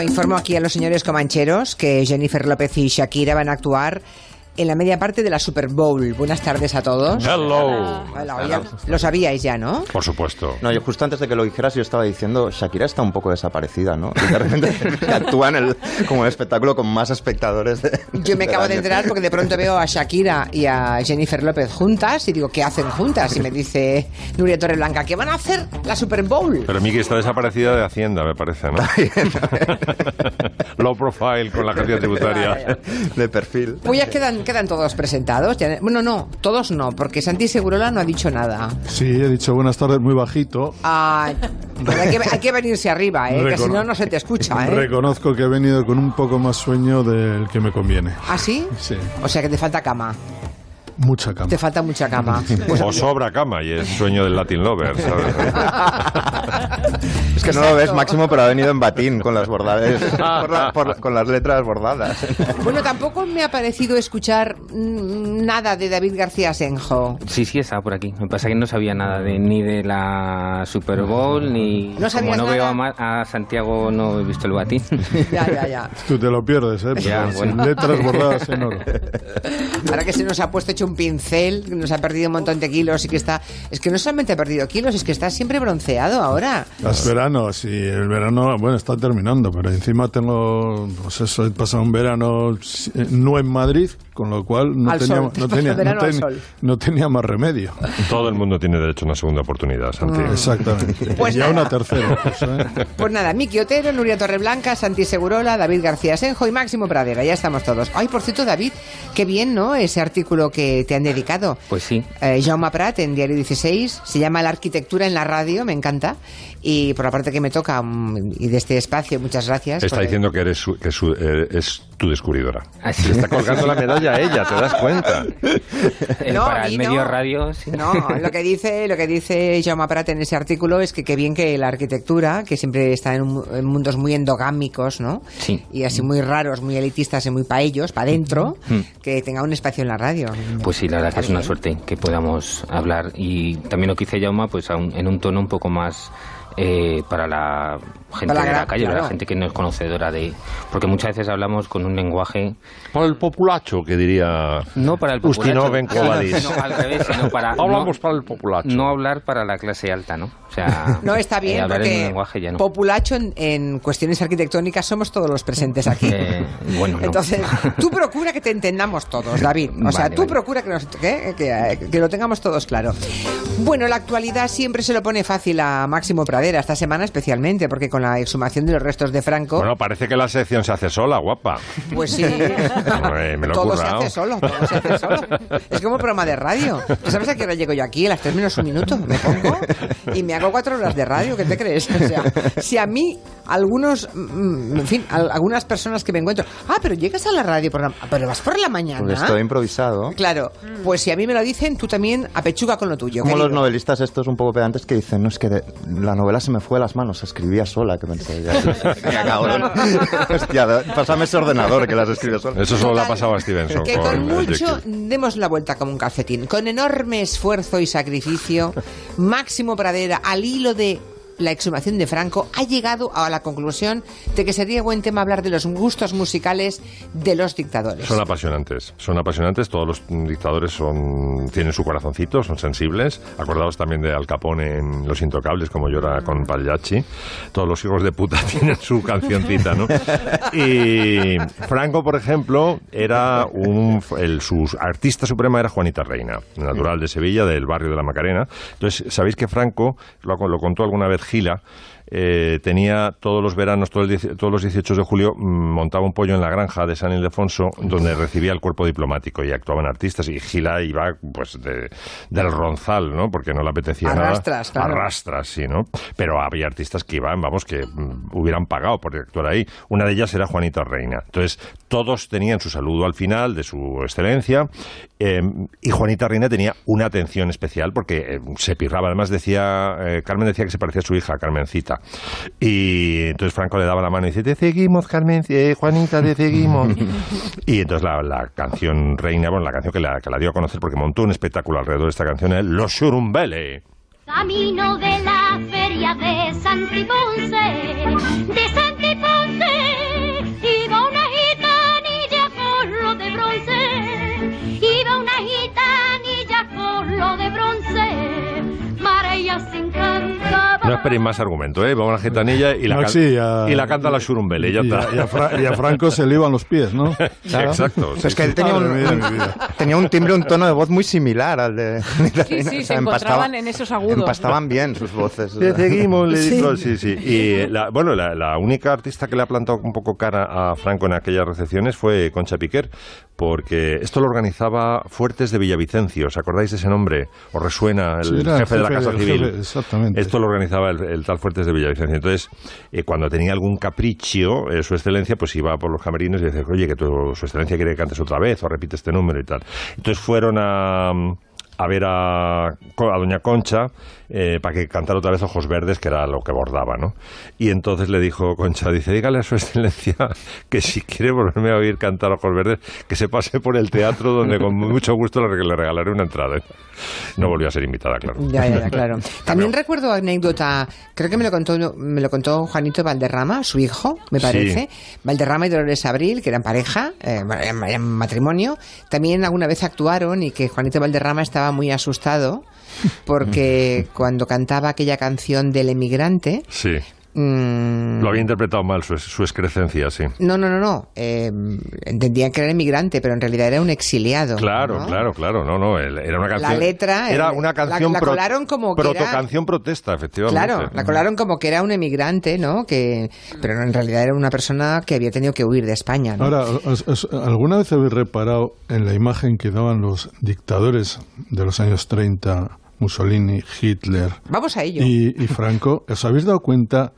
informo aquí a los señores comancheros que Jennifer López y Shakira van a actuar en la media parte de la Super Bowl. Buenas tardes a todos. Hello. Hola, lo sabíais ya, ¿no? Por supuesto. No, yo justo antes de que lo dijeras yo estaba diciendo, Shakira está un poco desaparecida, ¿no? Y de repente actúan como el espectáculo con más espectadores Yo me acabo de enterar porque de pronto veo a Shakira y a Jennifer López juntas y digo, ¿qué hacen juntas? Y me dice Nuria Torreblanca, ¿qué van a hacer la Super Bowl? Pero Miki está desaparecida de Hacienda, me parece, ¿no? Low profile con la agencia tributaria. De perfil. Pues ya quedan todos presentados. Bueno, no, todos no, porque Santi Segurola no ha dicho nada. Sí, he dicho buenas tardes muy bajito. Pero hay que venirse arriba, que si no, no se te escucha, Reconozco que he venido con un poco más sueño del que me conviene. ¿Ah, sí? Sí. O sea que te falta cama. Mucha cama. Te falta mucha cama. Pues, o sobra cama, y es sueño del Latin Lover, ¿sabes? Es que no lo ves, Máximo, pero ha venido en batín con las bordadas, con las letras bordadas. Bueno, tampoco me ha parecido escuchar nada de David García Asenjo. Sí, estaba por aquí. Me pasa que no sabía nada ni de la Super Bowl, ni... ¿No sabías como no nada? veo a Santiago, no he visto el batín. Ya. Tú te lo pierdes, ¿eh? Ya, Pero bueno. sin letras bordadas en oro. Ahora que se nos ha puesto hecho un pincel, nos ha perdido un montón de kilos y que está... Es que no solamente ha perdido kilos, es que está siempre bronceado ahora. Es verano, sí, el verano, bueno, está terminando, pero encima tengo, pues eso, he pasado un verano no en Madrid, con lo cual no tenía más remedio. Todo el mundo tiene derecho a una segunda oportunidad, Santi. Exactamente. Pues ya nada. una tercera. Pues nada, Miki Otero, Nuria Torreblanca, Santi Segurola, David García Asenjo y Máximo Pradera. Ya estamos todos. Ay, por cierto, David, qué bien, ¿no? Ese artículo que te han dedicado. Pues sí. Jaume Prat, en Diario 16, se llama La arquitectura en la radio, me encanta. Y por la parte que me toca, y de este espacio, muchas gracias. Está diciendo que es tu descubridora. Así. Le está colgando la medalla a ella, ¿te das cuenta? No, para a mí el medio no. radio, sí. No, lo que dice Jaume Prat en ese artículo es que qué bien que la arquitectura, que siempre está en mundos muy endogámicos, ¿no? Sí. Y así muy raros, muy elitistas y muy para ellos, para adentro, que tenga un espacio en la radio. Pues sí, la verdad que es una suerte que podamos hablar. Y también lo que dice Jaume, pues en un tono un poco más... para la gente de la calle, claro. la gente que no es conocedora de... Porque muchas veces hablamos con un lenguaje... Para el populacho, que diría... No para el populacho. Ustino Bencovalis. No, al revés, sino para... Hablamos para el populacho. No hablar para la clase alta, ¿no? O sea... No, está bien, hablar en un porque lenguaje ya no. populacho en cuestiones arquitectónicas somos todos los presentes aquí. Bueno, no. Entonces, tú procura que te entendamos todos, David. O sea, Vale, tú vale. procura que lo tengamos todos claro. Bueno, la actualidad siempre se lo pone fácil a Máximo Pradera, esta semana especialmente, porque con la exhumación de los restos de Franco... Bueno, parece que la sección se hace sola, guapa. Pues sí, Me lo he todo se currado. hace solo, todo se hace solo. Es como un programa de radio. ¿Sabes a qué hora llego yo aquí? A las 3 menos un minuto. Me pongo y me hago 4 horas de radio. ¿Qué te crees? O sea, si a mí algunas personas que me encuentro... pero llegas a la radio, pero vas por la mañana. Porque estoy improvisado. Claro, pues si a mí me lo dicen, tú también apechuga con lo tuyo. Como querido. los novelistas estos un poco pedantes que dicen, no, es que la novela se me fue de las manos, escribía sola, que pensé, ya, cabrón. Hostia, pásame ese ordenador que las escribe sola. Eso solo le ha pasado a Stevenson. Que con mucho Jekyll. demos la vuelta como un calcetín. Con enorme esfuerzo y sacrificio, Máximo Pradera, al hilo de la exhumación de Franco, ha llegado a la conclusión de que sería buen tema hablar de los gustos musicales de los dictadores. Son apasionantes, todos los dictadores tienen su corazoncito, son sensibles. Acordaos también de Al Capone en Los Intocables, como llora con Pagliacci. Todos los hijos de puta tienen su cancioncita, ¿no? Y Franco, por ejemplo, era su artista suprema era Juanita Reina, natural de Sevilla, del barrio de la Macarena. Entonces, ¿sabéis que Franco, lo contó alguna vez Gila, tenía todos los veranos, todos los 18 de julio, montaba un pollo en la granja de San Ildefonso, donde recibía el cuerpo diplomático y actuaban artistas, y Gila iba pues del ronzal, ¿no? Porque no le apetecía Arrastras, nada. claro. Arrastras, sí, ¿no? Pero había artistas que iban, que hubieran pagado por actuar ahí. Una de ellas era Juanita Reina. Entonces, todos tenían su saludo al final de su excelencia, y Juanita Reina tenía una atención especial porque se pirraba. Además, Carmen decía que se parecía a su hija, Carmencita. Y entonces Franco le daba la mano y dice, te seguimos, Carmen, Juanita, te seguimos. Y entonces la canción Reina, la canción que la dio a conocer porque montó un espectáculo alrededor de esta canción, es Los Xurumbele. Camino de la feria de Santiponce, esperéis más argumento, ¿eh? Vamos a la gitanilla y la canta la Xurumbel. Y a Franco se le iban los pies, ¿no? Claro. Exacto. Es que él tenía un timbre, un tono de voz muy similar al de... Sí, se encontraban en esos agudos. Empastaban bien sus voces. Seguimos, le digo, sí. Y la única artista que le ha plantado un poco cara a Franco en aquellas recepciones fue Concha Piquer, porque esto lo organizaba Fuertes de Villavicencio. ¿Os acordáis de ese nombre? ¿Os resuena? El jefe de la Casa Civil. Exactamente. Esto lo organizaba el tal Fuertes de Villavicencio. Entonces, cuando tenía algún capricho, su excelencia, pues iba por los camerinos y decía, oye, que su excelencia quiere que cantes otra vez o repite este número y tal. Entonces fueron a ver a doña Concha para que cantara otra vez Ojos Verdes, que era lo que bordaba, ¿no? Y entonces le dijo Concha, dice, dígale a su excelencia que si quiere volverme a oír cantar Ojos Verdes, que se pase por el teatro, donde con mucho gusto le regalaré una entrada. No volvió a ser invitada, claro. Ya, claro. También recuerdo anécdota, creo que me lo contó Juanito Valderrama, su hijo, me parece. Sí. Valderrama y Dolores Abril, que eran pareja, eran matrimonio. También alguna vez actuaron y que Juanito Valderrama estaba muy asustado porque cuando cantaba aquella canción del emigrante... Sí. Lo había interpretado mal su excrescencia, sí. No. Entendían que era inmigrante, pero en realidad era un exiliado. Claro, ¿no? claro. No, era una canción. La letra era una canción la colaron como que protocanción protesta, efectivamente. Claro, la colaron como que era un emigrante, ¿no? Pero en realidad era una persona que había tenido que huir de España, ¿no? Ahora, ¿alguna vez habéis reparado en la imagen que daban los dictadores de los años 30, Mussolini, Hitler? Vamos a ello. Y Franco, ¿os habéis dado cuenta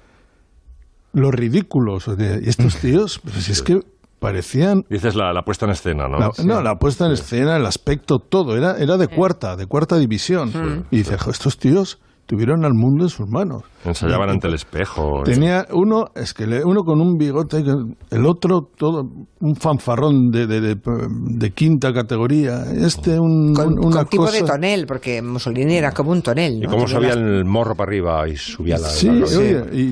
los ridículos de estos tíos? Pero si es que parecían... Dices la puesta en escena, ¿no? La puesta en escena, el aspecto, todo. Era de cuarta división. Y dices, estos tíos tuvieron al mundo en sus manos. Ensayaban ante el espejo. Tenía uno con un bigote, el otro todo un fanfarrón de quinta categoría. Con tipo de tonel, porque Mussolini era como un tonel, ¿no? Y cómo subía el morro para arriba y subía la... Sí, oye, y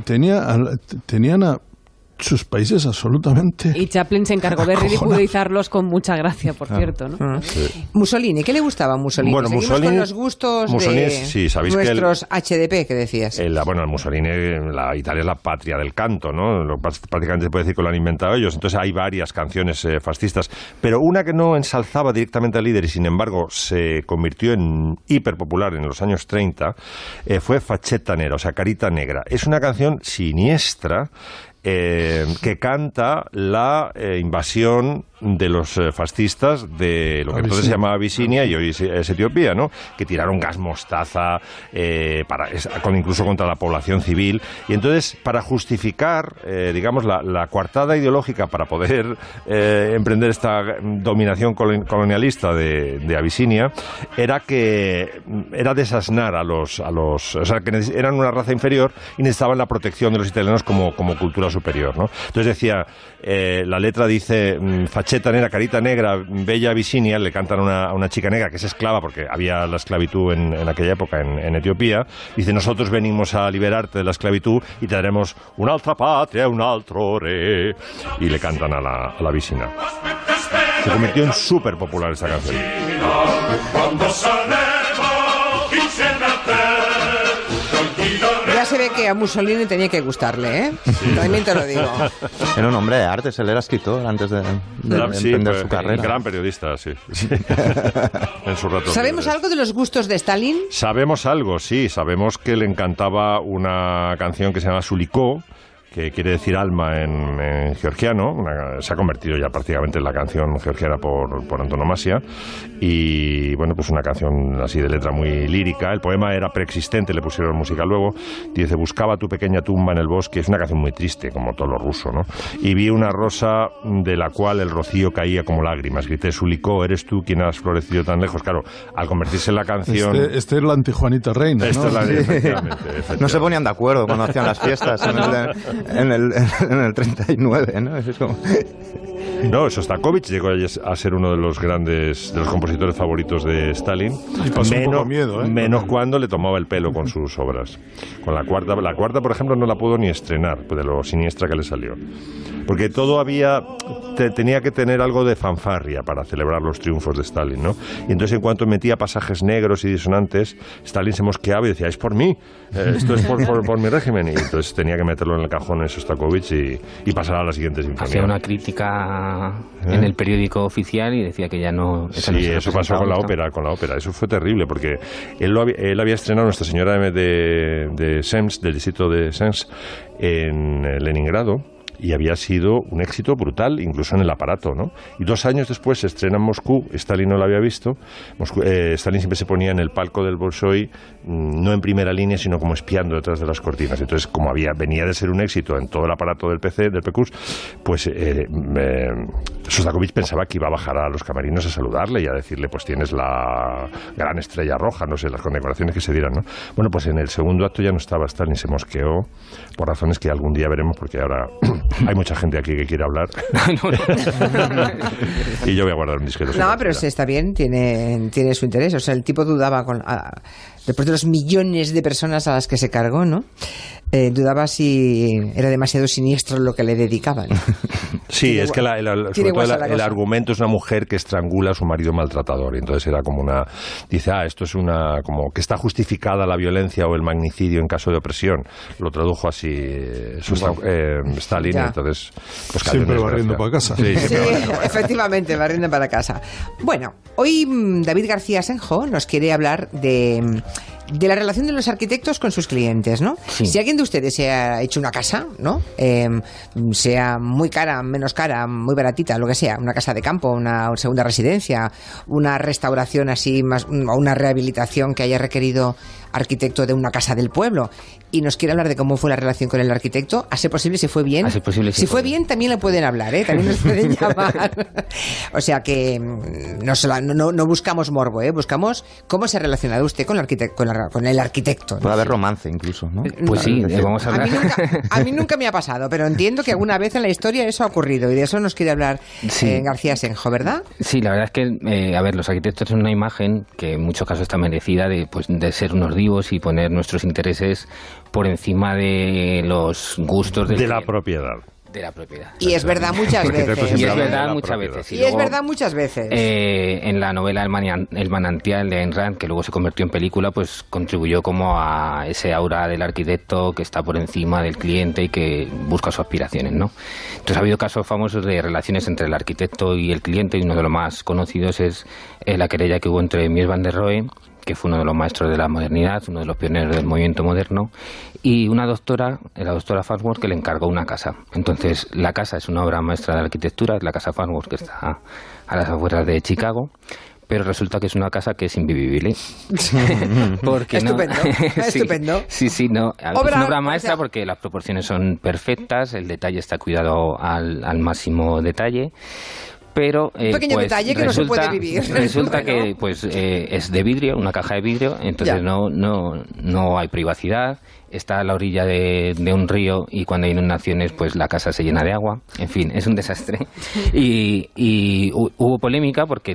tenían a sus países absolutamente... Y Chaplin se encargó de ridiculizarlos con mucha gracia, por cierto, ¿no? Sí. Mussolini, ¿qué le gustaba a Mussolini? Bueno, Seguimos con los gustos de sí, ¿sabéis nuestros HDP, que decías. Mussolini, Italia es la patria del canto, ¿no? Prácticamente se puede decir que lo han inventado ellos. Entonces hay varias canciones fascistas, pero una que no ensalzaba directamente al líder y sin embargo se convirtió en hiperpopular en los años 30, fue Faccetta Nera, o sea, Carita Negra. Es una canción siniestra, que canta la invasión de los fascistas de lo que entonces se llamaba Abisinia y hoy es Etiopía, ¿no? Que tiraron gas mostaza incluso contra la población civil. Y entonces, para justificar, digamos, la coartada ideológica para poder emprender esta dominación colonialista de Abisinia, era desasnar a los o sea, que eran una raza inferior y necesitaban la protección de los italianos como cultura superior, ¿no? Entonces decía, la letra dice, Faccetta Nera, Carita Negra, bella Abisinia, le cantan a una chica negra que es esclava, porque había la esclavitud en aquella época en Etiopía. Dice, nosotros venimos a liberarte de la esclavitud y te daremos un'altra patria, un altro re. Y le cantan a la Abisinia. Se convirtió en súper popular esta canción. Ya se ve que a Mussolini tenía que gustarle, ¿eh? Sí. También te lo digo. Era un hombre de artes, él era escritor antes de emprender su carrera. Gran periodista, sí. En su rato. ¿Sabemos algo de los gustos de Stalin? Sabemos algo, sí. Sabemos que le encantaba una canción que se llama Sulikó, que quiere decir alma en georgiano. Se ha convertido ya prácticamente en la canción georgiana por antonomasia. Y bueno, pues una canción así de letra muy lírica. El poema era preexistente, le pusieron música luego. Dice, buscaba tu pequeña tumba en el bosque. Es una canción muy triste, como todo lo ruso, ¿no? Y vi una rosa de la cual el rocío caía como lágrimas. Grité, Sulikó, eres tú quien has florecido tan lejos. Claro, al convertirse en la canción... Este es la antijuanita Reina, ¿no? Efectivamente. No se ponían de acuerdo cuando hacían las fiestas en el 39, ¿no? Es como... No, Shostakovich llegó a ser uno de los compositores favoritos de Stalin. Y pasó un poco miedo, ¿eh? Menos cuando le tomaba el pelo con sus obras. Con la cuarta, por ejemplo, no la pudo ni estrenar, de lo siniestra que le salió. Porque todo había tenía que tener algo de fanfarria para celebrar los triunfos de Stalin, ¿no? Y entonces, en cuanto metía pasajes negros y disonantes, Stalin se mosqueaba y decía, es por mí, esto es por mi régimen. Y entonces tenía que meterlo en el cajón en Sostakovich y pasar a la siguiente sinfonía. Hacía una crítica en el periódico oficial y decía que ya no... Sí, eso pasó con la ópera. Eso fue terrible, porque él había estrenado Nuestra Señora de Sens, del distrito de Sens, en Leningrado, y había sido un éxito brutal, incluso en el aparato, ¿no? Y 2 años después se estrena en Moscú, Stalin no lo había visto, Stalin siempre se ponía en el palco del Bolshoi, no en primera línea, sino como espiando detrás de las cortinas. Entonces, como venía de ser un éxito en todo el aparato del PQS, pues Sostakovich pensaba que iba a bajar a los camarinos a saludarle y a decirle, pues tienes la gran estrella roja, no sé, las condecoraciones que se dieran, ¿no? Bueno, pues en el segundo acto ya no estaba Stalin, se mosqueó por razones que algún día veremos, porque ahora hay mucha gente aquí que quiere hablar. Y yo voy a guardar un disquete. No, pero está bien, tiene su interés. O sea, el tipo dudaba después de los millones de personas a las que se cargó, ¿no? Dudaba si era demasiado siniestro lo que le dedicaban. Sí, es que el argumento es una mujer que estrangula a su marido maltratador, y entonces era como dice, esto es como que está justificada la violencia o el magnicidio en caso de opresión. Lo tradujo así Stalin, entonces pues siempre barriendo para casa. Sí, efectivamente, barriendo para casa. Bueno, hoy David García Asenjo nos quiere hablar de la relación de los arquitectos con sus clientes, ¿no? Sí. Si alguien de ustedes se ha hecho una casa, ¿no? Sea muy cara, menos cara, muy baratita, lo que sea, una casa de campo, una segunda residencia, una restauración así más, o una rehabilitación que haya requerido arquitecto de una casa del pueblo, y nos quiere hablar de cómo fue la relación con el arquitecto, a ser posible, si fue bien. Si fue bien, también le pueden hablar, ¿eh? También nos pueden llamar. O sea que no buscamos morbo, ¿eh? Buscamos cómo se ha relacionado usted con el arquitecto. Puede haber romance incluso, ¿no? Pues sí, vamos a hablar. A mí nunca me ha pasado, pero entiendo que alguna vez en la historia eso ha ocurrido, y de eso nos quiere hablar García Asenjo, ¿verdad? Sí, la verdad es que, los arquitectos son una imagen que en muchos casos está merecida de ser unos divos y poner nuestros intereses por encima de los gustos de la propiedad. De la propiedad. Y es verdad muchas veces. Y es verdad muchas veces. Y es verdad muchas veces. En la novela El manantial de Ayn Rand, que luego se convirtió en película, pues contribuyó como a ese aura del arquitecto que está por encima del cliente y que busca sus aspiraciones, ¿no? Entonces ha habido casos famosos de relaciones entre el arquitecto y el cliente, y uno de los más conocidos es la querella que hubo entre Mies van der Rohe, que fue uno de los maestros de la modernidad, uno de los pioneros del movimiento moderno, y una doctora, la doctora Farnsworth, que le encargó una casa. Entonces, la casa es una obra maestra de la arquitectura, es la casa Farnsworth, que está a las afueras de Chicago, pero resulta que es una casa que es invivible. Porque estupendo, estupendo. Sí, no. Es una obra maestra porque las proporciones son perfectas, el detalle está cuidado al máximo detalle. Pero un pequeño detalle que no se puede vivir. Resulta que es de vidrio, una caja de vidrio, entonces no hay privacidad, está a la orilla de un río, y cuando hay inundaciones pues la casa se llena de agua. En fin, es un desastre. Y hubo polémica porque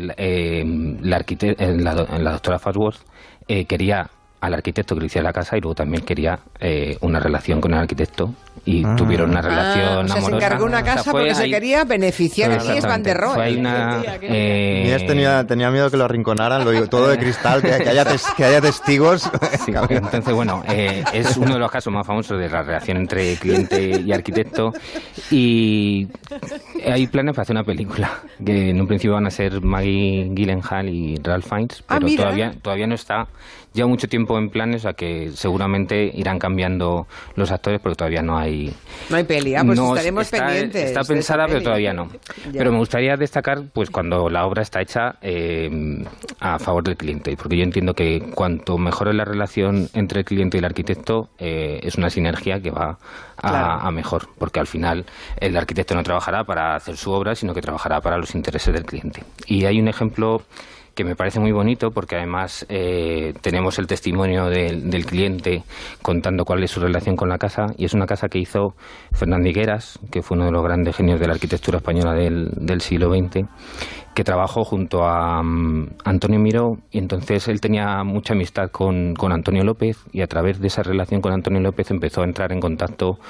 la doctora Farnsworth quería al arquitecto que le hiciera la casa, y luego también quería una relación con el arquitecto, y tuvieron una relación amorosa. Se encargó una casa porque se quería beneficiar de Mies van der Rohe. Mies tenía miedo que lo arrinconaran, lo digo, todo de cristal, que haya testigos. Sí, entonces, bueno, es uno de los casos más famosos de la relación entre cliente y arquitecto, y hay planes para hacer una película, que en un principio van a ser Maggie Gyllenhaal y Ralph Fiennes, pero todavía no está. Lleva mucho tiempo en planes, o sea que seguramente irán cambiando los actores, porque todavía no hay... No hay peli, pues estaremos pendientes. Está pensada, pero todavía no. Ya. Pero me gustaría destacar pues cuando la obra está hecha a favor del cliente, porque yo entiendo que cuanto mejor es la relación entre el cliente y el arquitecto, es una sinergia que va a mejor, porque al final el arquitecto no trabajará para hacer su obra, sino que trabajará para los intereses del cliente. Y hay un ejemplo que me parece muy bonito, porque además tenemos el testimonio del cliente contando cuál es su relación con la casa, y es una casa que hizo Fernán Higueras, que fue uno de los grandes genios de la arquitectura española del siglo XX, que trabajó junto a Antonio Miró, y entonces él tenía mucha amistad con Antonio López, y a través de esa relación con Antonio López empezó a entrar en contacto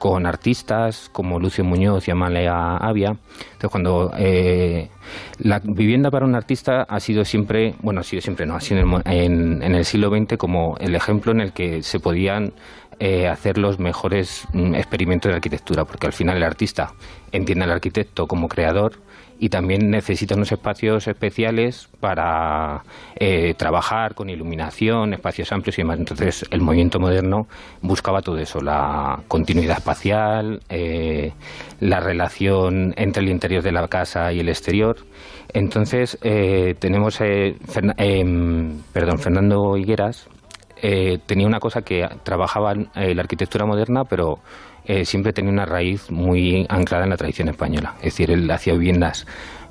con artistas como Lucio Muñoz y Amalia Avia. Entonces, cuando la vivienda para un artista ha sido siempre, bueno, ha sido en el siglo XX como el ejemplo en el que se podían hacer los mejores experimentos de arquitectura, porque al final el artista entiende al arquitecto como creador y también necesita unos espacios especiales para trabajar con iluminación, espacios amplios y demás. Entonces el movimiento moderno buscaba todo eso, la continuidad espacial, la relación entre el interior de la casa y el exterior. Entonces tenemos Fernando Higueras tenía una cosa que trabajaba la arquitectura moderna, pero siempre tenía una raíz muy anclada en la tradición española. Es decir, él hacía viviendas,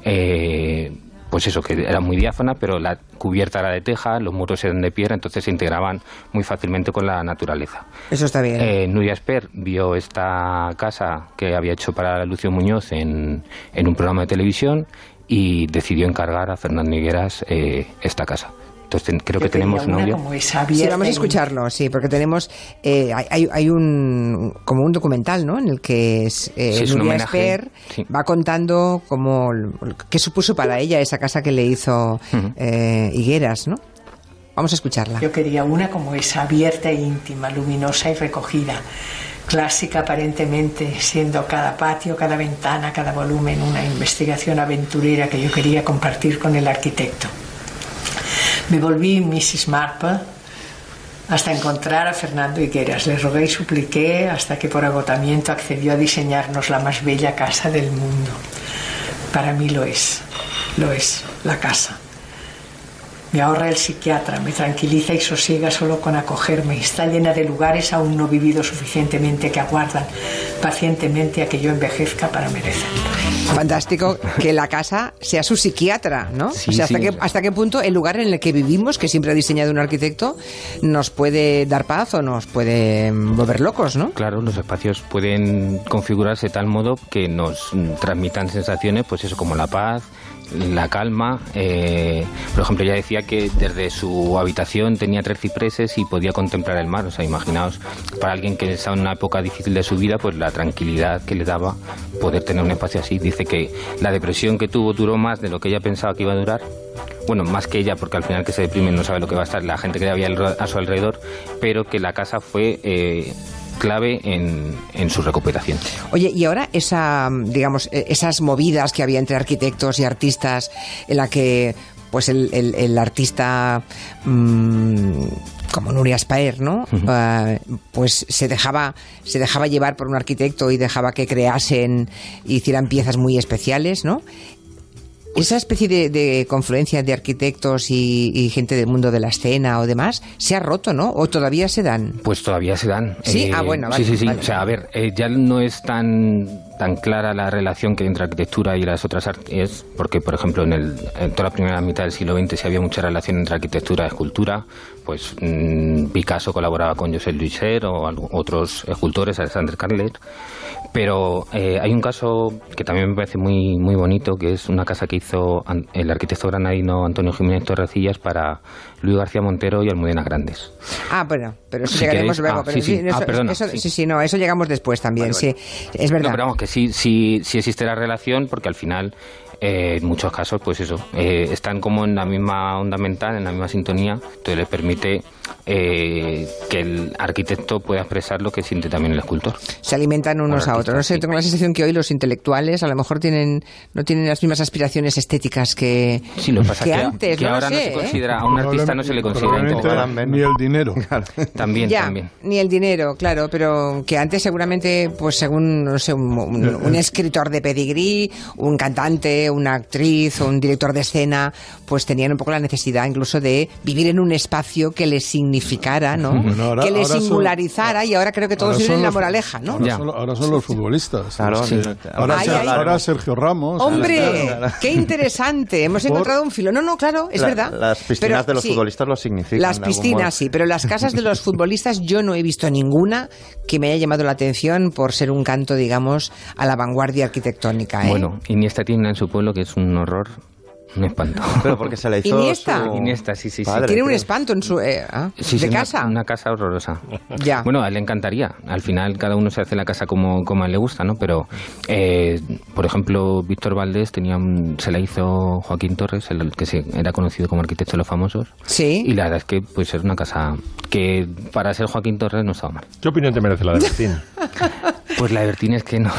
pues eso, que era muy diáfana, pero la cubierta era de teja, los muros eran de piedra, entonces se integraban muy fácilmente con la naturaleza. Eso está bien. Nuria Esper vio esta casa que había hecho para Lucio Muñoz en un programa de televisión y decidió encargar a Fernando Higueras esta casa. Entonces creo que tenemos un audio. Sí, vamos a escucharlo, sí, porque tenemos hay como un documental, ¿no? En el que Nuria Esper va contando como qué supuso para ella esa casa que le hizo Higueras, ¿no? Vamos a escucharla. Yo quería una como esa, abierta e íntima, luminosa y recogida, clásica aparentemente, siendo cada patio, cada ventana, cada volumen una investigación aventurera que yo quería compartir con el arquitecto. Me volví Mrs. Marple hasta encontrar a Fernando Higueras. Le rogué y supliqué hasta que por agotamiento accedió a diseñarnos la más bella casa del mundo. Para mí lo es la casa. Me ahorra el psiquiatra, me tranquiliza y sosiega solo con acogerme. Está llena de lugares aún no vividos suficientemente que aguardan pacientemente a que yo envejezca para merecer. Fantástico que la casa sea su psiquiatra, ¿no? Sí, o sea, sí. hasta qué punto el lugar en el que vivimos, que siempre ha diseñado un arquitecto, nos puede dar paz o nos puede volver locos, ¿no? Claro, los espacios pueden configurarse de tal modo que nos transmitan sensaciones, pues eso, como la paz, la calma. Por ejemplo, ella decía que desde su habitación tenía 3 cipreses y podía contemplar el mar. O sea, imaginaos, para alguien que está en una época difícil de su vida, pues la tranquilidad que le daba poder tener un espacio así. Dice que la depresión que tuvo duró más de lo que ella pensaba que iba a durar. Bueno, más que ella, porque al final que se deprime no sabe lo que va a estar la gente que había a su alrededor, pero que la casa fue clave en su recuperación. Oye, y ahora esas movidas que había entre arquitectos y artistas, en la que pues el artista como Nuria Esper, ¿no? Pues se dejaba llevar por un arquitecto y dejaba que creasen y hicieran piezas muy especiales, ¿no? Esa especie de confluencia de arquitectos y gente del mundo de la escena o demás, ¿se ha roto, no? ¿O todavía se dan? Pues todavía se dan. Sí, bueno, vale. Sí. Vale. O sea, a ver, ya no es tan clara la relación que hay entre arquitectura y las otras artes, porque, por ejemplo, en toda la primera mitad del siglo XX sí había mucha relación entre arquitectura y escultura. Pues Picasso colaboraba con Josep Lluiser o otros escultores, Alexander Carlet. Pero hay un caso que también me parece muy, muy bonito, que es una casa que hizo el arquitecto granadino Antonio Jiménez Torrecillas para Luis García Montero y Almudena Grandes. Bueno, pero eso Si llegaremos queréis, luego. Eso llegamos después también, vale. Sí, es verdad. No, pero vamos, que sí existe la relación, porque al final, en muchos casos, pues eso, están como en la misma onda mental, en la misma sintonía, entonces les permite que el arquitecto pueda expresar lo que siente también el escultor. Se alimentan unos a otros. No sé, tengo la sensación que hoy los intelectuales a lo mejor no tienen las mismas aspiraciones estéticas que antes. Que ahora no se considera, a un artista no se le considera intelectual. Ni el dinero. También. Ni el dinero, claro, pero que antes seguramente, pues según, no sé, un escritor de pedigrí, un cantante, una actriz o un director de escena, pues tenían un poco la necesidad incluso de vivir en un espacio que les significara, ¿no? Bueno, que les singularizara, y ahora creo que todos tienen la moraleja, ¿no? Ahora son los futbolistas. Claro, sí. Ahora Sergio Ramos. ¡Hombre! ¡Qué interesante! Hemos encontrado un filo. No, claro, es verdad. Las piscinas de los futbolistas lo significan. Las piscinas, sí, pero las casas de los futbolistas yo no he visto ninguna que me haya llamado la atención por ser un canto, digamos, a la vanguardia arquitectónica. Bueno, Iniesta tiene en su pueblo que es un horror. Un espanto. Pero porque se le hizo ¿Iniesta? Iniesta, sí. Padre, Tiene un creo. espanto en su... Sí, ¿De sí, casa? Una casa horrorosa. Ya. Bueno, a él le encantaría. Al final cada uno se hace la casa como a él le gusta, ¿no? Pero, por ejemplo, Víctor Valdés se la hizo Joaquín Torres, el que era conocido como arquitecto de los famosos. Sí. Y la verdad es que pues era una casa que para ser Joaquín Torres no estaba mal. ¿Qué opinión te merece la de Bertín? Pues la de Bertín es que no.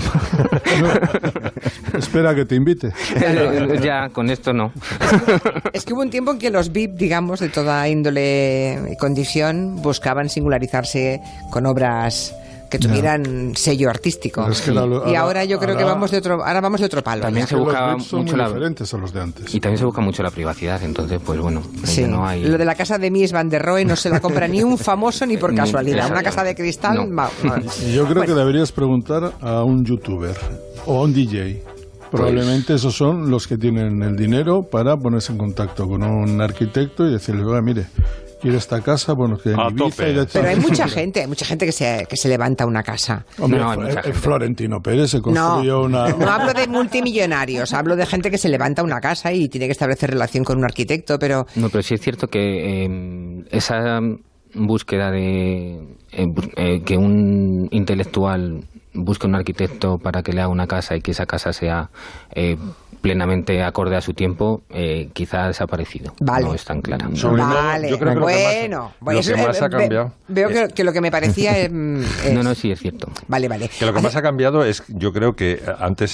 Espera que te invite. Ya, con esto no. Es que hubo un tiempo en que los VIP, digamos, de toda índole y condición, buscaban singularizarse con obras que tuvieran sello artístico. Pero es que Y ahora yo creo que vamos de otro palo. También se Los buscaba VIPs son mucho muy la... diferentes a los de antes. Y también se busca mucho la privacidad, entonces, pues bueno, Sí. no hay... Lo de la casa de Mies van der Rohe no se la compra ni un famoso ni por casualidad. Una casa de cristal... No. Y yo creo Bueno. que deberías preguntar a un youtuber o a un DJ. Probablemente esos son los que tienen el dinero para ponerse en contacto con un arquitecto y decirle, oiga, mire, quiero esta casa, bueno, que en A Ibiza tope. y de Pero hay tal. mucha gente que se levanta una casa. Hombre, No, hay mucha gente. Florentino Pérez se construyó una... No hablo de multimillonarios, hablo de gente que se levanta una casa y tiene que establecer relación con un arquitecto, pero... No, pero sí es cierto que esa búsqueda de que un intelectual busque un arquitecto para que le haga una casa y que esa casa sea plenamente acorde a su tiempo, quizá ha desaparecido. Vale. No es tan clara. Sobre todo, Vale, yo creo que bueno. lo que más ha cambiado... Veo que lo que me parecía es... No, sí, es cierto. Vale. Que lo que más ha cambiado es, yo creo que antes,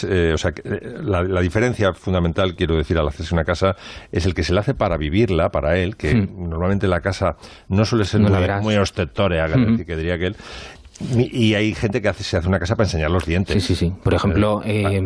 la diferencia fundamental, quiero decir, al hacerse una casa, es el que se la hace para vivirla, para él, que normalmente la casa no suele ser No la verás. muy ostetórea, que diría que él. Y hay gente que se hace una casa para enseñar los dientes. Sí. Por ejemplo,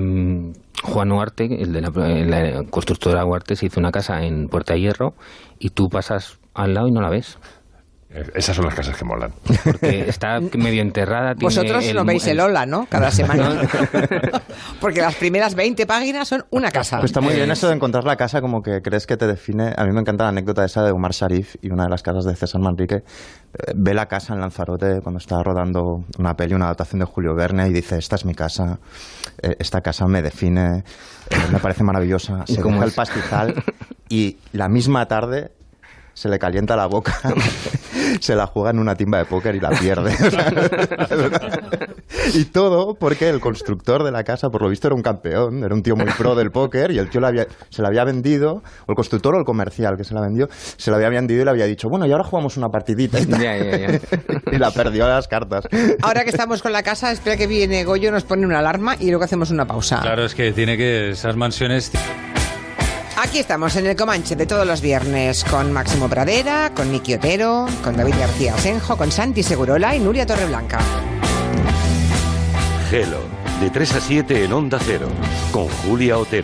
Juan Huarte, el de la constructora Huarte, se hizo una casa en Puerta de Hierro y tú pasas al lado y no la ves. Esas son las casas que molan. Porque está medio enterrada. Tiene Vosotros no veis el Hola, ¿no? Cada semana. Porque las primeras 20 páginas son una casa. Pues está muy bien eso de encontrar la casa como que crees que te define. A mí me encanta la anécdota esa de Omar Sharif y una de las casas de César Manrique. Ve la casa en Lanzarote cuando estaba rodando una peli, una adaptación de Julio Verne y dice, esta es mi casa, esta casa me define, me parece maravillosa. Se cómo deja el es? pastizal y la misma tarde se le calienta la boca, se la juega en una timba de póker y la pierde. Y todo porque el constructor de la casa, por lo visto, era un campeón, era un tío muy pro del póker y el tío se la había vendido, o el constructor o el comercial que se la vendió, se la había vendido y le había dicho, bueno, y ahora jugamos una partidita. Y, tal. Ya. Y la perdió a las cartas. Ahora que estamos con la casa, espera que viene Goyo, nos pone una alarma y luego hacemos una pausa. Claro, es que tiene que... Esas mansiones... Aquí estamos en el Comanche de todos los viernes con Máximo Pradera, con Miki Otero, con David García Asenjo, con Santi Segurola y Nuria Torreblanca. Gelo, de 3 a 7 en Onda Cero, con Julia Otero.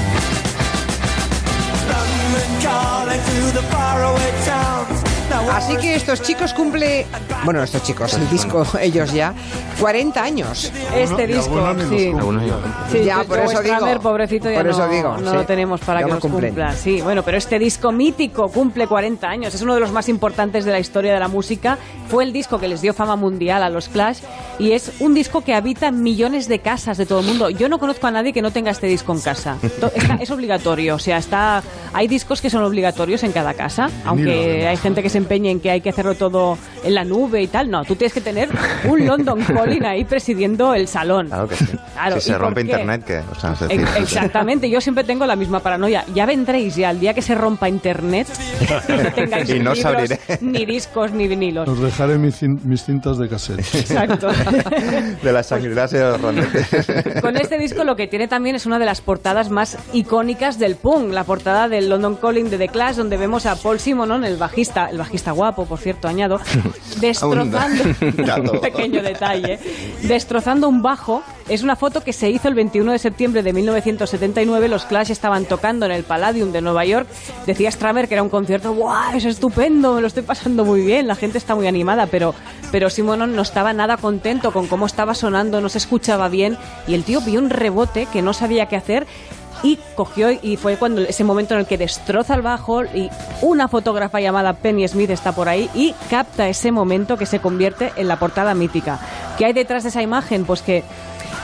Así que estos chicos estos chicos, el disco, ellos ya, 40 años. Este disco, sí. Sí, Ya, por Joe eso digo. Strummer, pobrecito, ya Por eso no, digo, no sí. lo tenemos para Ya que no nos cumplen. cumpla. Sí, bueno, pero este disco mítico cumple 40 años. Es uno de los más importantes de la historia de la música. Fue el disco que les dio fama mundial a los Clash y es un disco que habita millones de casas de todo el mundo. Yo no conozco a nadie que no tenga este disco en casa. Es obligatorio, o sea, hay discos que son obligatorios en cada casa, aunque hay gente que se empeñe en que hay que hacerlo todo en la nube y tal. No, tú tienes que tener un London Calling ahí presidiendo el salón. Claro que sí. Claro, Si ¿y se rompe por qué? internet, ¿qué? O sea, es decir, Exactamente, yo siempre tengo la misma paranoia. Ya vendréis ya el día que se rompa internet, no tengáis Y no libros, sabré. ni discos, ni vinilos. Os dejaré mis cintas de cassette. Exacto. de las sangrilas y de los rondetes. Con este disco lo que tiene también es una de las portadas más icónicas del punk, la portada del London Calling de The Clash, donde vemos a Paul Simonon, el bajista guapo, por cierto, añado, destrozando un pequeño detalle, destrozando un bajo. Es una foto que se hizo el 21 de septiembre de 1979. Los Clash estaban tocando en el Palladium de Nueva York. Decía Stramer que era un concierto, ¡guau! Es estupendo, me lo estoy pasando muy bien, la gente está muy animada, pero Simonon no estaba nada contento con cómo estaba sonando, no se escuchaba bien, y el tío vio un rebote que no sabía qué hacer y cogió, y fue cuando ese momento en el que destroza el bajo, y una fotógrafa llamada Penny Smith está por ahí y capta ese momento que se convierte en la portada mítica. ¿Qué hay detrás de esa imagen? Pues que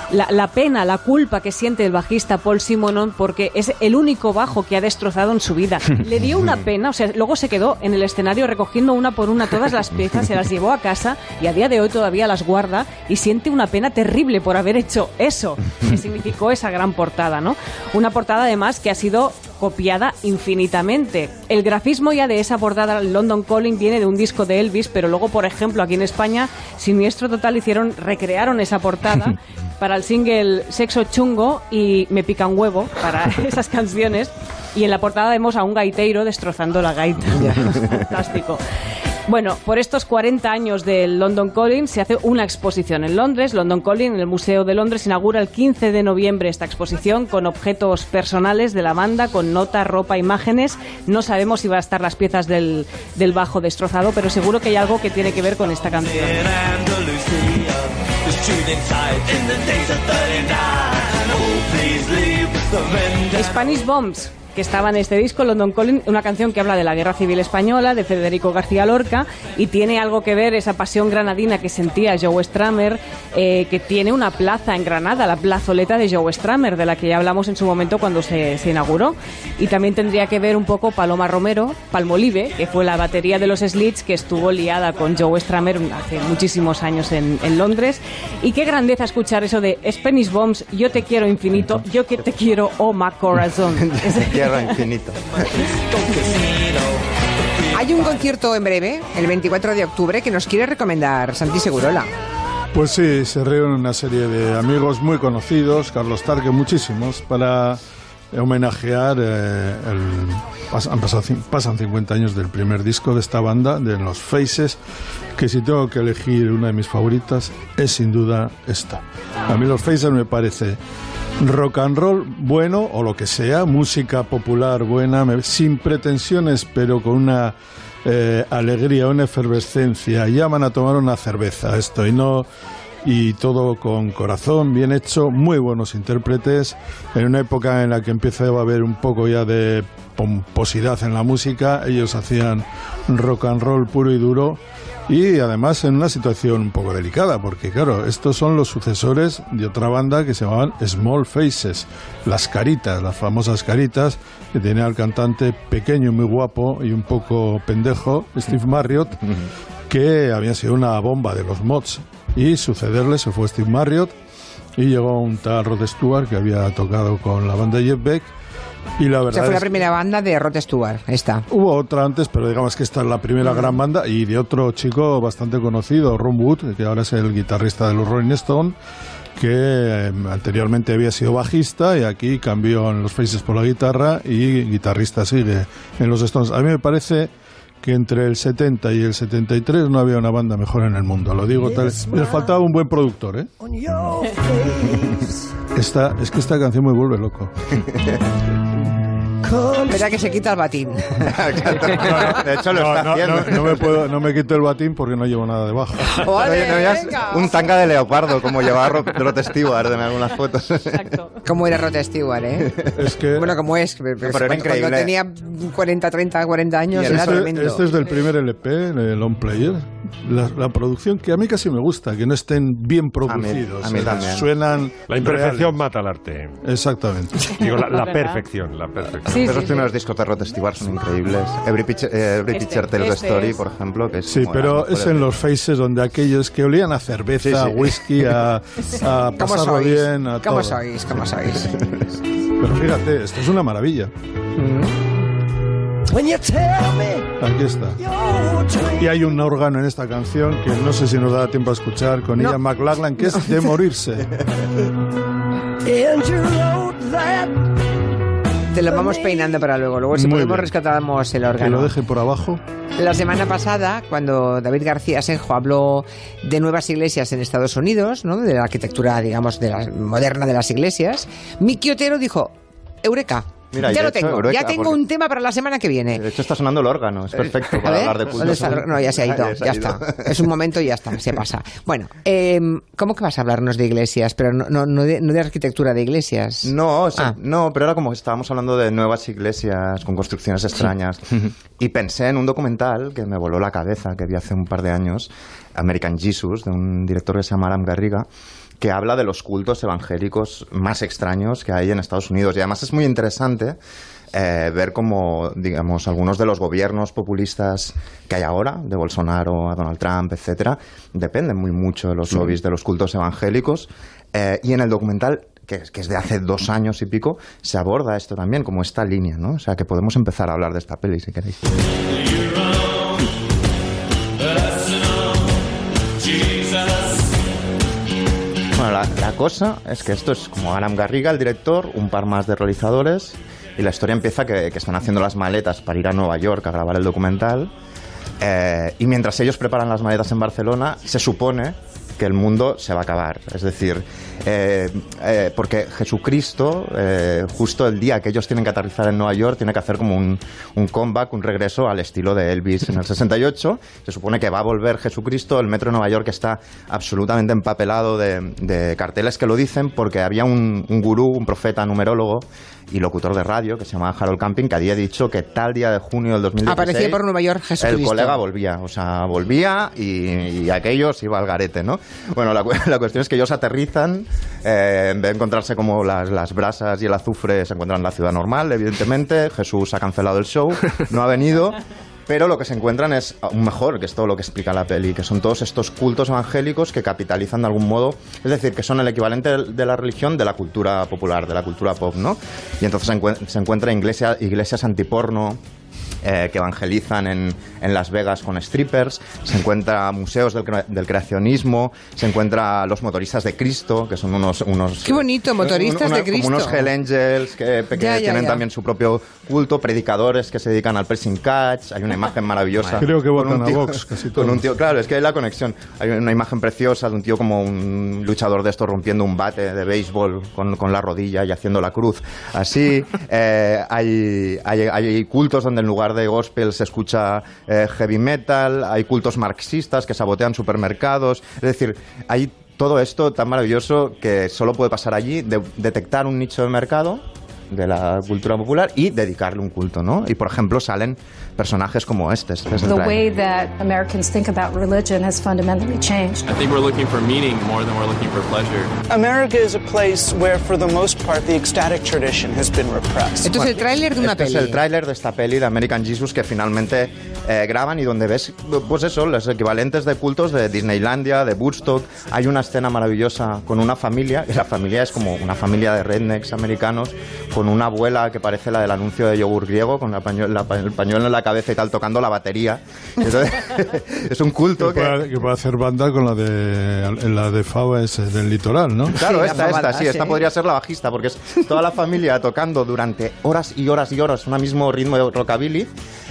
la pena, la culpa que siente el bajista Paul Simonon porque es el único bajo que ha destrozado en su vida. Le dio una pena, o sea, luego se quedó en el escenario recogiendo una por una todas las piezas, se las llevó a casa y a día de hoy todavía las guarda y siente una pena terrible por haber hecho eso, que significó esa gran portada, ¿no? Una portada además que ha sido copiada infinitamente. El grafismo ya de esa portada, London Calling, viene de un disco de Elvis, pero luego, por ejemplo, aquí en España, Siniestro Total recrearon esa portada para el single Sexo Chungo y Me Pica un Huevo, para esas canciones, y en la portada vemos a un gaitero destrozando la gaita. Fantástico. Bueno, por estos 40 años del London Calling se hace una exposición en Londres. London Calling, en el Museo de Londres, inaugura el 15 de noviembre esta exposición con objetos personales de la banda, con notas, ropa, imágenes. No sabemos si va a estar las piezas del bajo destrozado, pero seguro que hay algo que tiene que ver con esta canción. Spanish Bombs, que estaba en este disco, London Calling, una canción que habla de la Guerra Civil Española, de Federico García Lorca, y tiene algo que ver esa pasión granadina que sentía Joe Strummer, que tiene una plaza en Granada, la plazoleta de Joe Strummer, de la que ya hablamos en su momento cuando se inauguró. Y también tendría que ver un poco Paloma Romero, Palmolive, que fue la batería de los Slits, que estuvo liada con Joe Strummer hace muchísimos años en Londres. Y qué grandeza escuchar eso de Spanish Bombs, yo te quiero infinito, yo que te quiero, oh my corazón. Infinito. Hay un concierto en breve, el 24 de octubre, que nos quiere recomendar Santi Segurola. Pues sí, se reúne una serie de amigos muy conocidos, Carlos Tarque, muchísimos, para homenajear pasan 50 años del primer disco de esta banda, de Los Faces, que si tengo que elegir una de mis favoritas es sin duda esta. A mí Los Faces me parece rock and roll bueno, o lo que sea, música popular buena, sin pretensiones, pero con una alegría, una efervescencia. Llaman a tomar una cerveza esto, y todo con corazón, bien hecho, muy buenos intérpretes, en una época en la que empieza a haber un poco ya de pomposidad en la música. Ellos hacían rock and roll puro y duro, y además en una situación un poco delicada, porque claro, estos son los sucesores de otra banda que se llamaban Small Faces, las Caritas, las famosas Caritas, que tenía al cantante pequeño, muy guapo y un poco pendejo, Steve Marriott, que había sido una bomba de los Mods, y sucederle se fue Steve Marriott y llegó un tal Rod Stewart que había tocado con la banda Jeff Beck. Y la verdad, fue la primera banda de Rod Stewart, esta. Hubo otra antes, pero digamos que esta es la primera gran banda, y de otro chico bastante conocido, Ron Wood, que ahora es el guitarrista de los Rolling Stones, que anteriormente había sido bajista y aquí cambió en los Faces por la guitarra, y guitarrista sigue en los Stones. A mí me parece que entre el 70 y el 73 no había una banda mejor en el mundo, lo digo tal. Les faltaba un buen productor, ¿eh? Esta canción me vuelve loco. Espera que se quita el batín. De hecho lo está haciendo. No me quito el batín porque no llevo nada debajo. Vale, no veas un tanga de leopardo como llevaba Rod Stewart en algunas fotos. Exacto. Como era Rod Stewart, ¿eh? Es que bueno, como es. pero era increíble. Cuando tenía 40 años era tremendo. Este es del primer LP, el Long Player. La producción que a mí casi me gusta, que no estén bien producidos. A mí también. Suenan La imperfección reales. mata al arte. Exactamente. Digo, la perfección. Sí, Esos sí, primeros discos de Rod Stewart son increíbles. Every Picture Tells the Story, por ejemplo. Que es Sí, pero es en los Faces donde aquellos que olían a cerveza, Sí, sí. a whisky, a pasarlo bien, a ¿Cómo todo. sois? ¿Cómo sois? Pero fíjate, esto es una maravilla. Aquí está. Y hay un órgano en esta canción que no sé si nos da tiempo a escuchar, con Ian McLachlan, que es de morirse. Te lo vamos peinando para luego. Luego, si Muy podemos, bien. rescatamos el Que lo órgano. deje por abajo. La semana pasada, cuando David García Senjo habló de nuevas iglesias en Estados Unidos, ¿no?, de la arquitectura, digamos, de la moderna de las iglesias, Miki Otero dijo: Eureka. Mira, Ya de lo hecho, tengo, Eureka, ya tengo porque- un tema para la semana que viene. De hecho está sonando el órgano, es perfecto A para ver, hablar de ¿dónde culto. está el órgano? No, ya se ha ido, Se ya ha ido. está. Es un momento y ya está, se pasa. Bueno, ¿cómo que vas a hablarnos de iglesias? Pero no de arquitectura de iglesias. No, no, pero era como estábamos hablando de nuevas iglesias con construcciones extrañas. Y pensé en un documental que me voló la cabeza, que vi hace un par de años, American Jesus, de un director que se llama Alan Garriga, que habla de los cultos evangélicos más extraños que hay en Estados Unidos. Y además es muy interesante ver cómo, digamos, algunos de los gobiernos populistas que hay ahora, de Bolsonaro a Donald Trump, etcétera, dependen muy mucho de los lobbies de los cultos evangélicos. Y en el documental, que es de hace 2 años y pico, se aborda esto también, como esta línea, ¿no? O sea, que podemos empezar a hablar de esta peli, si queréis. Bueno, la cosa es que esto es como Aram Garriga, el director, un par más de realizadores, y la historia empieza que están haciendo las maletas para ir a Nueva York a grabar el documental, y mientras ellos preparan las maletas en Barcelona, se supone que el mundo se va a acabar. Es decir, porque Jesucristo, justo el día que ellos tienen que aterrizar en Nueva York, tiene que hacer como un comeback, un regreso al estilo de Elvis en el 68. Se supone que va a volver Jesucristo. El metro de Nueva York está absolutamente empapelado de carteles que lo dicen, porque había un gurú, un profeta, numerólogo y locutor de radio que se llamaba Harold Camping, que había dicho que tal día de junio del 2016 aparecía por Nueva York Jesucristo. El colega volvía y aquello se iba al garete, ¿no? Bueno, la cuestión es que ellos aterrizan, en vez de encontrarse como las brasas y el azufre, se encuentran en la ciudad normal, evidentemente. Jesús ha cancelado el show, no ha venido. Pero lo que se encuentran es aún mejor, que es todo lo que explica la peli, que son todos estos cultos evangélicos que capitalizan de algún modo, es decir, que son el equivalente de la religión de la cultura popular, de la cultura pop, ¿no? Y entonces se encuentra iglesias antiporno, que evangelizan en Las Vegas con strippers, se encuentra museos del creacionismo, se encuentra los motoristas de Cristo, que son unos qué bonito, motoristas de Cristo, como unos Hell Angels que tienen también su propio culto, predicadores que se dedican al pressing catch. Hay una imagen maravillosa. Creo que votan a Vox casi todos. Con un tío, claro, es que hay la conexión. Hay una imagen preciosa de un tío como un luchador de estos rompiendo un bate de béisbol con la rodilla y haciendo la cruz. Así, hay cultos donde en lugar de gospel se escucha heavy metal, hay cultos marxistas que sabotean supermercados, es decir, hay todo esto tan maravilloso que solo puede pasar allí, detectar un nicho de mercado de la cultura popular y dedicarle un culto, ¿no? Y por ejemplo salen personajes como este. The way that Americans think about religion has fundamentally changed. I think we're looking for meaning more than we're looking for pleasure. America is a place where for the most part the ecstatic tradition has been repressed. Esto es el tráiler de una peli. Es el tráiler de esta peli de American Jesus que finalmente graban y donde ves, pues eso, los equivalentes de cultos de Disneylandia, de Woodstock. Hay una escena maravillosa con una familia, y la familia es como una familia de rednecks americanos, con una abuela que parece la del anuncio de yogur griego, con el pañuelo en la cabeza y tal, tocando la batería. Entonces, es un culto que puede hacer banda con la de Fava del litoral, ¿no? Claro, sí, esta podría ser la bajista, porque es toda la familia tocando durante horas y horas y horas un mismo ritmo de rockabilly,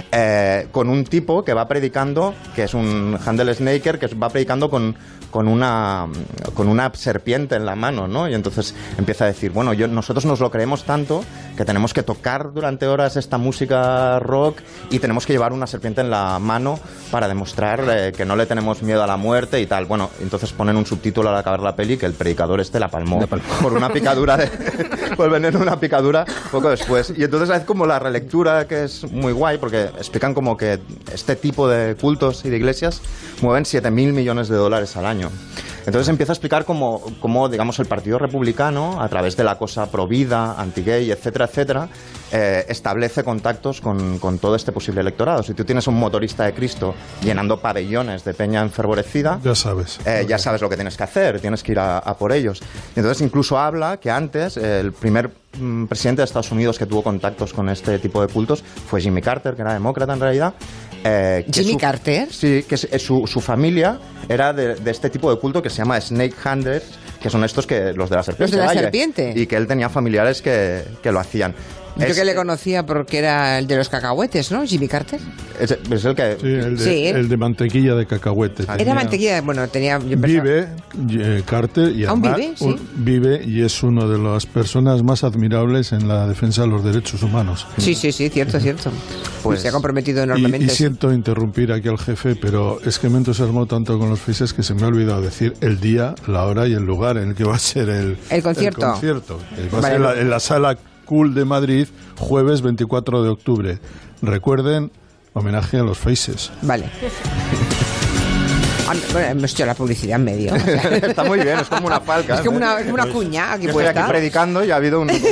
con un tipo que va predicando, que es un Handel Snaker, que va predicando con una serpiente en la mano, ¿no? Y entonces empieza a decir, bueno, nosotros nos lo creemos tanto que tenemos que tocar durante horas esta música rock y tenemos que llevar una serpiente en la mano para demostrar que no le tenemos miedo a la muerte y tal. Bueno, entonces ponen un subtítulo al acabar la peli que el predicador la palmó por una picadura por veneno de una picadura poco después. Y entonces es como la relectura, que es muy guay, porque explican como que este tipo de cultos y de iglesias mueven $7.000 millones al año. Entonces empieza a explicar cómo, digamos, el Partido Republicano, a través de la cosa pro-vida, anti-gay, etcétera, etcétera, establece contactos con todo este posible electorado. Si tú tienes un motorista de Cristo llenando pabellones de peña enfervorecida, ya sabes lo que tienes que hacer, tienes que ir a por ellos. Entonces incluso habla que antes el primer presidente de Estados Unidos que tuvo contactos con este tipo de cultos fue Jimmy Carter, que era demócrata en realidad. ¿Jimmy Carter? Sí, que su familia era de este tipo de culto que se llama Snake Handlers, que son estos que los de la serpiente. Los de la serpiente. Y que él tenía familiares que lo hacían. Yo que le conocía porque era el de los cacahuetes, ¿no? Jimmy Carter. Es el que... Sí, el de mantequilla de cacahuete. Era mantequilla, bueno, tenía... Vive Carter y ¿Aún vive? Sí. Vive y es una de las personas más admirables en la defensa de los derechos humanos. Sí, cierto. Pues se ha comprometido enormemente. Y siento interrumpir aquí al jefe, pero es que me entusiasmó tanto con los faces que se me ha olvidado decir el día, la hora y el lugar en el que va a ser el concierto. Va a ser en la sala Cool de Madrid, jueves 24 de octubre. Recuerden, homenaje a los Faces. Vale. Bueno, hemos hecho la publicidad en medio. Está muy bien, es como una falca. Es como una cuña aquí Yo puesta. estoy aquí predicando y ha habido un...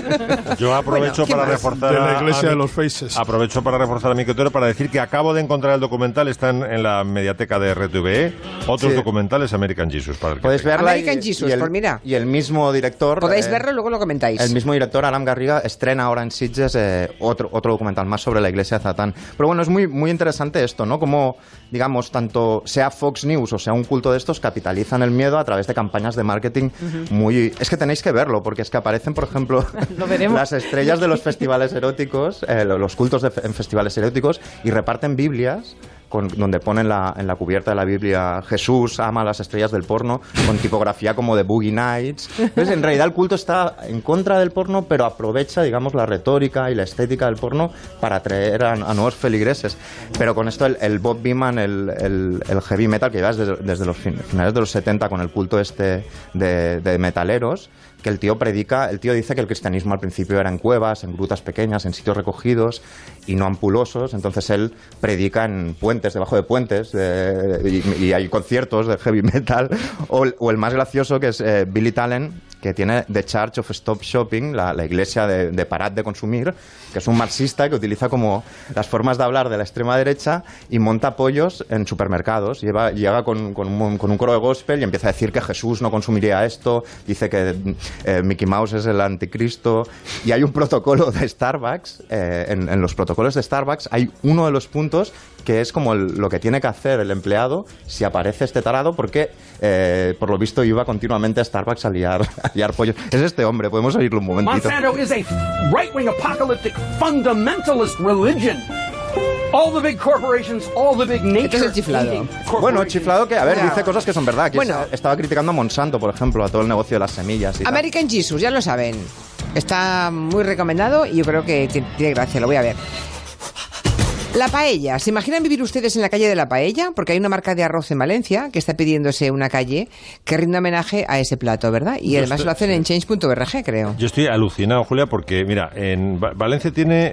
Yo aprovecho para reforzar de la iglesia de los faces. Aprovecho para reforzar a mi criterio para decir que acabo de encontrar el documental, está en la mediateca de RTVE, otros documentales American Jesus. Para el que Podéis verla American Jesus, pues mira. Y el mismo director... Podéis verlo y luego lo comentáis. El mismo director, Aram Garriga, estrena ahora en Sitges otro documental más sobre la iglesia de Satán. Pero bueno, es muy, muy interesante esto, ¿no? Como, digamos, tanto sea Fox News o sea un culto de estos, capitalizan el miedo a través de campañas de marketing muy... Es que tenéis que verlo, porque es que aparecen, por ejemplo, las estrellas de los festivales eróticos, los cultos en festivales eróticos, y reparten Biblias donde ponen en la cubierta de la Biblia Jesús ama a las estrellas del porno, con tipografía como de Boogie Nights. Entonces, en realidad el culto está en contra del porno, pero aprovecha, digamos, la retórica y la estética del porno para atraer a nuevos feligreses. Pero con esto el Bob Beeman, el heavy metal, que lleva desde los finales de los 70 con el culto este de metaleros, que el tío dice que el cristianismo al principio era en cuevas, en grutas pequeñas, en sitios recogidos y no ampulosos. Entonces él predica en puentes, debajo de puentes, y hay conciertos de heavy metal. O el más gracioso, que es Billy Talent, que tiene The Church of Stop Shopping, la iglesia de parad de consumir, que es un marxista que utiliza como las formas de hablar de la extrema derecha y monta pollos en supermercados. Llega con un coro de gospel y empieza a decir que Jesús no consumiría esto, dice que Mickey Mouse es el anticristo, y hay un protocolo de Starbucks, en los protocolos de Starbucks hay uno de los puntos que es como lo que tiene que hacer el empleado si aparece este tarado, porque por lo visto iba continuamente a Starbucks a liar pollos. Es este hombre, podemos oírlo un momentito. Monsanto is a right-wing apocalyptic fundamentalist religion. All the big corporations, all the big nature. Este es el chiflado. Bueno, chiflado que, a ver, dice cosas que son verdad. Aquí estaba criticando a Monsanto, por ejemplo, a todo el negocio de las semillas. American Jesus, ya lo saben. Está muy recomendado y yo creo que tiene gracia, lo voy a ver. La paella. ¿Se imaginan vivir ustedes en la calle de la paella? Porque hay una marca de arroz en Valencia que está pidiéndose una calle que rinda homenaje a ese plato, ¿verdad? Y además lo hacen en change.org, creo. Yo estoy alucinado, Julia, porque, mira, en Valencia tiene,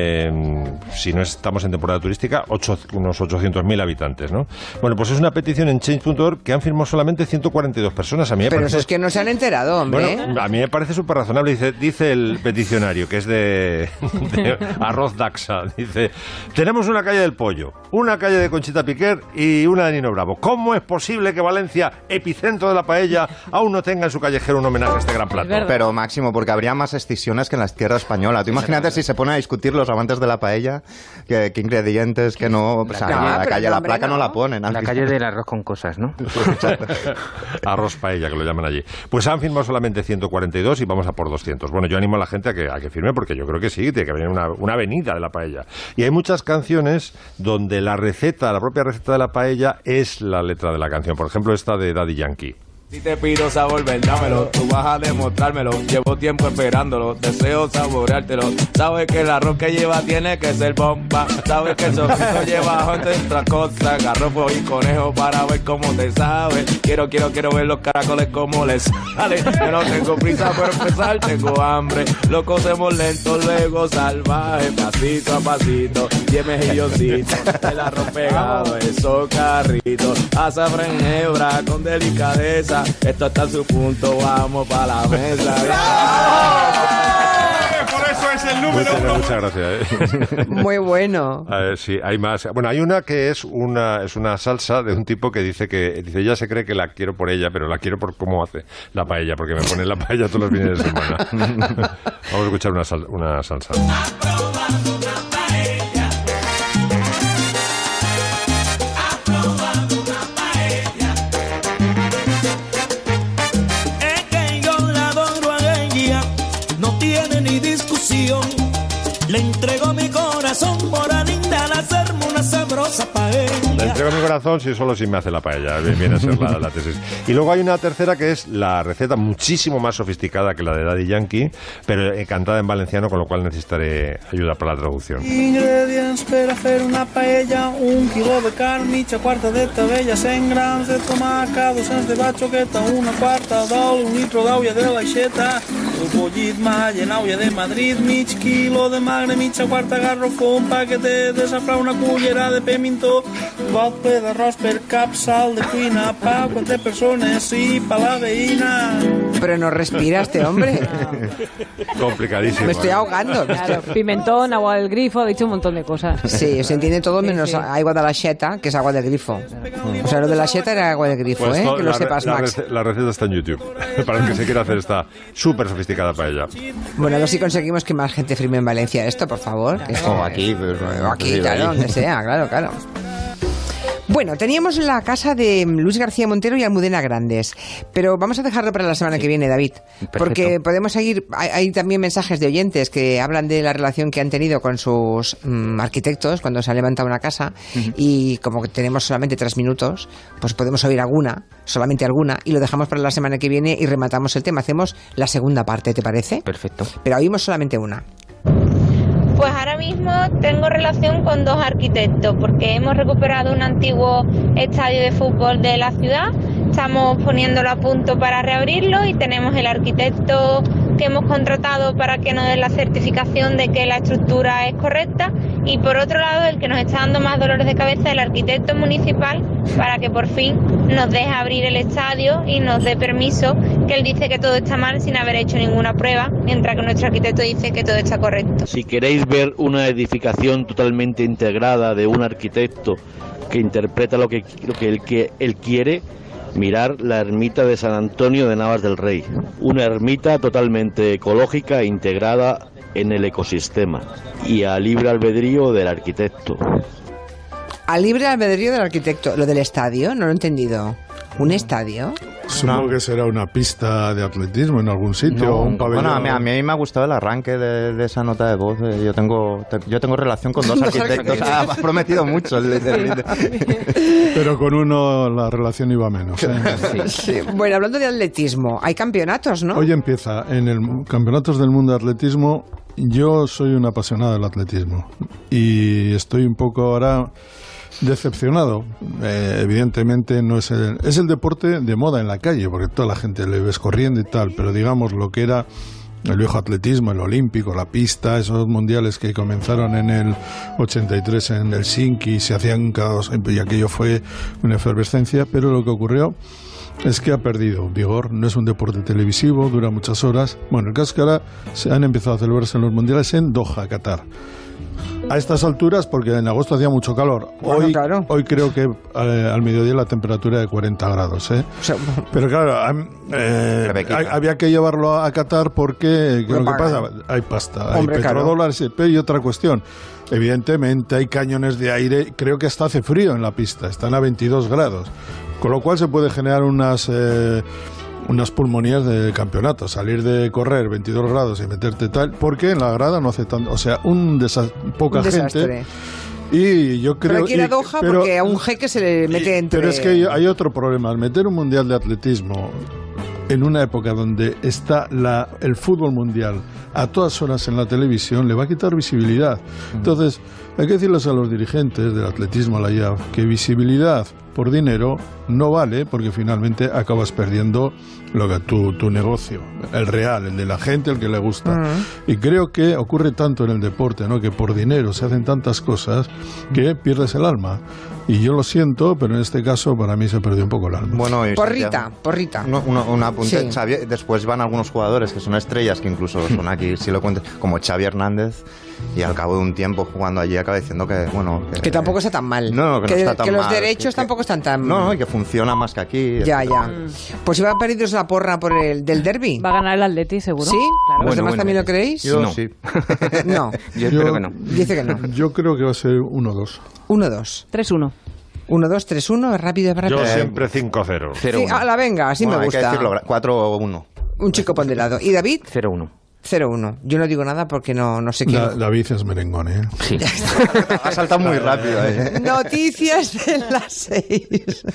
si no estamos en temporada turística, unos 800.000 habitantes, ¿no? Bueno, pues es una petición en change.org que han firmado solamente 142 personas. A mí me Pero parece... eso es que no se han enterado, hombre. Bueno, a mí me parece súper razonable. Dice el peticionario, que es de Arroz Daxa, dice... Tenemos una calle del Pollo, una calle de Conchita Piquer y una de Nino Bravo. ¿Cómo es posible que Valencia, epicentro de la paella, aún no tenga en su callejero un homenaje a este gran plato? Pero, Máximo, porque habría más escisiones que en la tierra española. Tú imagínate si se ponen a discutir los amantes de la paella, qué ingredientes, que no... O sea, la placa no la ponen. La calle del arroz con cosas, ¿no? Arroz paella, que lo llaman allí. Pues han firmado solamente 142 y vamos a por 200. Bueno, yo animo a la gente a que firme, porque yo creo que sí, tiene que venir una avenida de la paella. Y hay muchas canciones donde la propia receta de la paella es la letra de la canción. Por ejemplo, esta de Daddy Yankee. Si te pido sabor, dámelo, tú vas a demostrármelo. Llevo tiempo esperándolo, deseo saboreártelo. Sabes que el arroz que lleva tiene que ser bomba. Sabes que el sofrito lleva otras cosas. Garrofo y conejo para ver cómo te sabe. Quiero ver los caracoles como les sale. Yo no tengo prisa por empezar, tengo hambre. Lo cocemos lento, luego salvaje. Pasito a pasito, y mejilloncito. El arroz pegado, esos carritos. Azafrán en hebra con delicadeza. Esto está en su punto, vamos para la mesa. Por eso es el número uno. Muchas gracias. Muy bueno. Sí, hay más. Bueno, hay una que es una salsa de un tipo que dice ella se cree que la quiero por ella, pero la quiero por cómo hace la paella, porque me pone la paella todos los fines de semana. Vamos a escuchar una salsa. Le entrego mi corazón por Aninda al hacerme una sabrosa paella. Le entrego mi corazón solo si me hace la paella. Viene a ser la tesis. Y luego hay una tercera que es la receta muchísimo más sofisticada que la de Daddy Yankee, pero cantada en valenciano, con lo cual necesitaré ayuda para la traducción. Ingredients per a fer una paella: 1 quilo de carn, mitja quarta de tabella, 100 grams de tomaca, 200 de batxoqueta, una quarta d'oli, 1 litro d'aigua de l'aixeta, el bollit m'ha llenau de Madrid, mig quilo de magre, mitja quarta garrofó, un paquete de safrà, una cullera de pimiento, got ple d'arròs per cap, sal de cuina, pa, 4 persones i pa la veïna. Pero no respira este hombre. Complicadísimo. Me estoy ahogando. Claro, pimentón, agua del grifo, ha dicho un montón de cosas. Sí, se entiende todo menos agua de la xeta, que es agua del grifo. O sea, lo de la xeta era agua del grifo, Pues que lo sepas, Max. La receta está en YouTube. Para el que se quiera hacer esta súper sofisticada paella. Bueno, a ver si conseguimos que más gente firme en Valencia esto, por favor. O aquí, pues, o aquí, claro, donde sea, claro. Bueno, teníamos la casa de Luis García Montero y Almudena Grandes, pero vamos a dejarlo para la semana que viene, David, porque podemos seguir. Hay también mensajes de oyentes que hablan de la relación que han tenido con sus arquitectos cuando se ha levantado una casa, y como que tenemos solamente 3 minutos, pues podemos oír solamente alguna, y lo dejamos para la semana que viene y rematamos el tema. Hacemos la segunda parte, ¿te parece? Perfecto. Pero oímos solamente una. Pues ahora mismo tengo relación con 2 arquitectos porque hemos recuperado un antiguo estadio de fútbol de la ciudad, estamos poniéndolo a punto para reabrirlo y tenemos el arquitecto que hemos contratado para que nos dé la certificación de que la estructura es correcta, y por otro lado el que nos está dando más dolores de cabeza es el arquitecto municipal para que por fin nos deje abrir el estadio y nos dé permiso, que él dice que todo está mal sin haber hecho ninguna prueba, mientras que nuestro arquitecto dice que todo está correcto. Si queréis ver una edificación totalmente integrada de un arquitecto que interpreta lo que él quiere, mirar la ermita de San Antonio de Navas del Rey, una ermita totalmente ecológica e integrada en el ecosistema y a libre albedrío del arquitecto. A libre albedrío del arquitecto. Lo del estadio, no lo he entendido. ¿Un estadio? Supongo que será una pista de atletismo en algún sitio, o un pabellón. Bueno, a mí me ha gustado el arranque de esa nota de voz. Yo tengo relación con 2 arquitectos. Ha prometido mucho. Pero con uno la relación iba menos. Sí. Bueno, hablando de atletismo, hay campeonatos, ¿no? Hoy empieza en el Campeonatos del Mundo de Atletismo. Yo soy un apasionado del atletismo y estoy un poco ahora decepcionado. Evidentemente no es el deporte de moda en la calle, porque toda la gente le ves corriendo y tal, pero digamos lo que era el viejo atletismo, el olímpico, la pista, esos mundiales que comenzaron en el 83 en Helsinki, se hacían cada 2 y aquello fue una efervescencia, pero lo que ocurrió es que ha perdido vigor, no es un deporte televisivo, dura muchas horas. Bueno, el caso es que ahora se han empezado a celebrarse los mundiales en Doha, Qatar. A estas alturas, porque en agosto hacía mucho calor. Hoy creo que al mediodía la temperatura de 40 grados. Pero claro, había que llevarlo a Qatar porque ¿qué pasa? Hay pasta, hay petrodólares, y otra cuestión. Evidentemente hay cañones de aire, creo que hasta hace frío en la pista, están a 22 grados. Con lo cual se puede generar unas pulmonías de campeonato, salir de correr 22 grados y meterte tal, porque en la grada no hace tanto, o sea, poca gente. Y yo creo, pero aquí en Doha, porque a un jeque se le mete entre... Pero es que hay otro problema, al meter un mundial de atletismo en una época donde está el fútbol mundial a todas horas en la televisión, le va a quitar visibilidad. Entonces, hay que decirles a los dirigentes del atletismo, la IAF, que visibilidad por dinero no vale, porque finalmente acabas perdiendo lo que tu negocio, el real, el de la gente, el que le gusta. Y creo que ocurre tanto en el deporte, ¿no?, que por dinero se hacen tantas cosas que pierdes el alma. Y yo lo siento, pero en este caso para mí se perdió un poco el alma. Bueno, porrita. Un apunte. Sí. Después van algunos jugadores que son estrellas, que incluso son aquí, si lo cuentas, como Xavi Hernández, y al cabo de un tiempo jugando allí acaba diciendo que, bueno... Que tampoco está tan mal. Que no está tan mal. Que los mal, derechos tampoco están tan... No, y que funciona más que aquí. Ya. Pues iba a perdiros la porra por el del derbi. Va a ganar el Atleti, seguro. ¿Sí? Claro. ¿Los demás también lo creéis? Yo no. Sí. No. Yo espero que no. Dice que no. Yo creo que va a ser 1-2. 1-2. 3-1. 1-2, 3-1, rápido. Yo siempre 5-0. Sí, venga, así me gusta. Hay que decirlo, 4-1. Un chico ponderado. ¿Y David? 0-1. 0-1. Yo no digo nada porque no sé qué. David es merengón, ¿eh? Sí. Ha saltado muy rápido. Noticias de las 6.